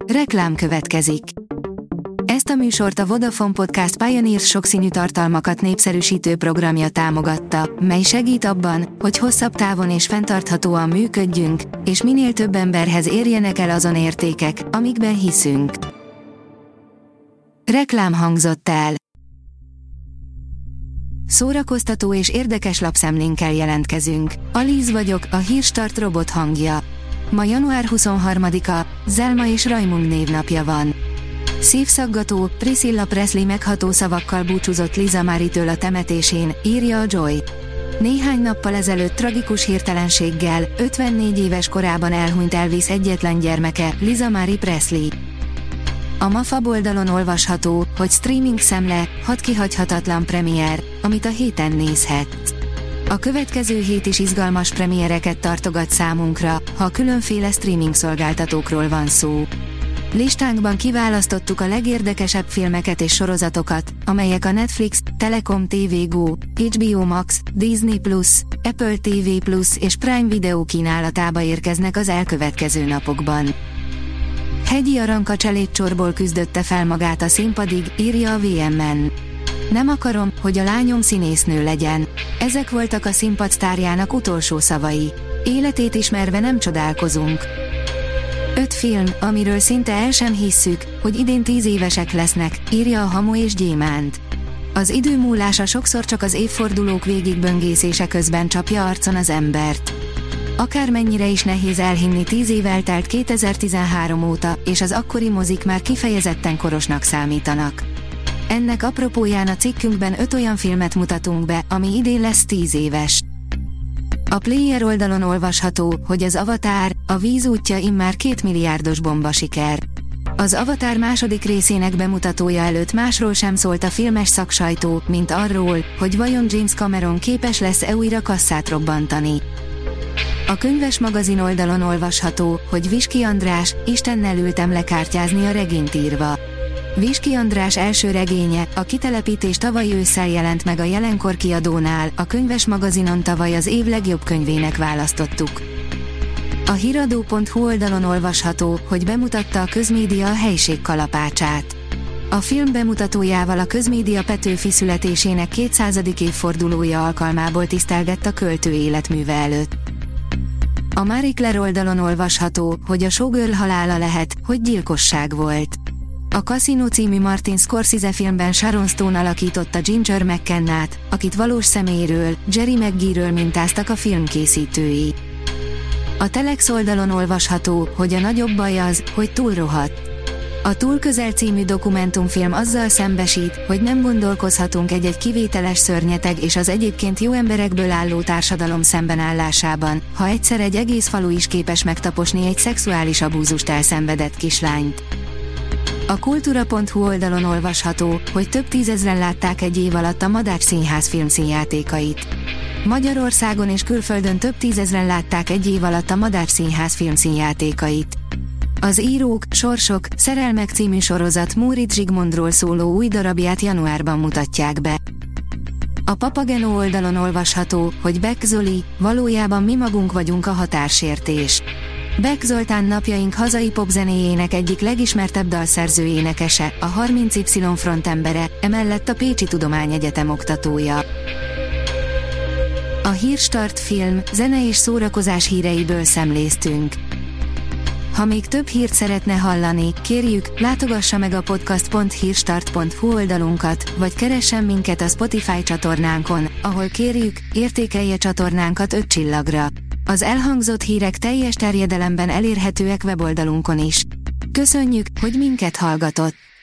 Reklám következik. Ezt a műsort a Vodafone Podcast Pioneers sokszínű tartalmakat népszerűsítő programja támogatta, mely segít abban, hogy hosszabb távon és fenntarthatóan működjünk, és minél több emberhez érjenek el azon értékek, amikben hiszünk. Reklám hangzott el. Szórakoztató és érdekes lapszemlénkkel jelentkezünk. Alíz vagyok, a Hírstart robot hangja. Ma január 23-a, Zelma és Rajmund névnapja van. Szívszaggató, Priscilla Presley megható szavakkal búcsúzott Liza Marie-től a temetésén, írja a Joy. Néhány nappal ezelőtt tragikus hirtelenséggel, 54 éves korában elhunyt Elvis egyetlen gyermeke, Liza Marie Presley. A MAFA oldalon olvasható, hogy streaming szemle, 6 kihagyhatatlan premier, amit a héten nézhetsz. A következő hét is izgalmas premiereket tartogat számunkra, ha a különféle streaming szolgáltatókról van szó. Listánkban kiválasztottuk a legérdekesebb filmeket és sorozatokat, amelyek a Netflix, Telekom TV Go, HBO Max, Disney+, Apple TV+ és Prime Video kínálatába érkeznek az elkövetkező napokban. Hegyi Aranka cselédcsorból küzdötte fel magát a színpadig, írja a VMN. Nem akarom, hogy a lányom színésznő legyen. Ezek voltak a színpad sztárjának utolsó szavai. Életét ismerve nem csodálkozunk. 5 film, amiről szinte el sem hisszük, hogy idén 10 évesek lesznek, írja a Hamu és Gyémánt. Az idő múlása sokszor csak az évfordulók végigböngészése közben csapja arcon az embert. Akármennyire is nehéz elhinni 10 év eltelt 2013 óta, és az akkori mozik már kifejezetten korosnak számítanak. Ennek apropóján a cikkünkben 5 olyan filmet mutatunk be, ami idén lesz 10 éves. A Player oldalon olvasható, hogy az Avatar, a víz útja immár 2 milliárdos bomba siker. Az Avatar második részének bemutatója előtt másról sem szólt a filmes szaksajtó, mint arról, hogy vajon James Cameron képes lesz-e újra kasszát robbantani. A Könyves magazin oldalon olvasható, hogy Viski András, Istennel ültem lekártyázni a regényt írva. Viski András első regénye, a Kitelepítés tavaly ősszel jelent meg a Jelenkor kiadónál, a Könyves magazinon tavaly az év legjobb könyvének választottuk. A hiradó.hu oldalon olvasható, hogy bemutatta a közmédia a helység kalapácsát. A film bemutatójával a közmédia Petőfi születésének 200. évfordulója alkalmából tisztelgett a költő életműve előtt. A Marie Claire oldalon olvasható, hogy a showgirl halála lehet, hogy gyilkosság volt. A Casino című Martin Scorsese filmben Sharon Stone alakította Ginger McKennát, akit valós személyről, Jerry McGee-ről mintáztak a filmkészítői. A Telex oldalon olvasható, hogy a nagyobb baj az, hogy túl rohadt. A Túl közel című dokumentumfilm azzal szembesít, hogy nem gondolkozhatunk egy-egy kivételes szörnyeteg és az egyébként jó emberekből álló társadalom szembenállásában, ha egyszer egy egész falu is képes megtaposni egy szexuális abúzust elszenvedett kislányt. A kultúra.hu oldalon olvasható, hogy több tízezren látták egy év alatt a Madách Színház filmszínjátékait. Magyarországon és külföldön több tízezren látták egy év alatt a Madách Színház filmszínjátékait. Az Írók, Sorsok, Szerelmek című sorozat Móricz Zsigmondról szóló új darabját januárban mutatják be. A Papageno oldalon olvasható, hogy Beck Zoli, valójában mi magunk vagyunk a határsértés. Beck Zoltán napjaink hazai popzenéjének egyik legismertebb dalszerző énekese, a 30Y frontembere, emellett a Pécsi Tudományegyetem oktatója. A Hírstart film, zene és szórakozás híreiből szemléztünk. Ha még több hírt szeretne hallani, kérjük, látogassa meg a podcast.hírstart.hu oldalunkat, vagy keressen minket a Spotify csatornánkon, ahol kérjük, értékelje csatornánkat 5 csillagra. Az elhangzott hírek teljes terjedelemben elérhetőek weboldalunkon is. Köszönjük, hogy minket hallgatott!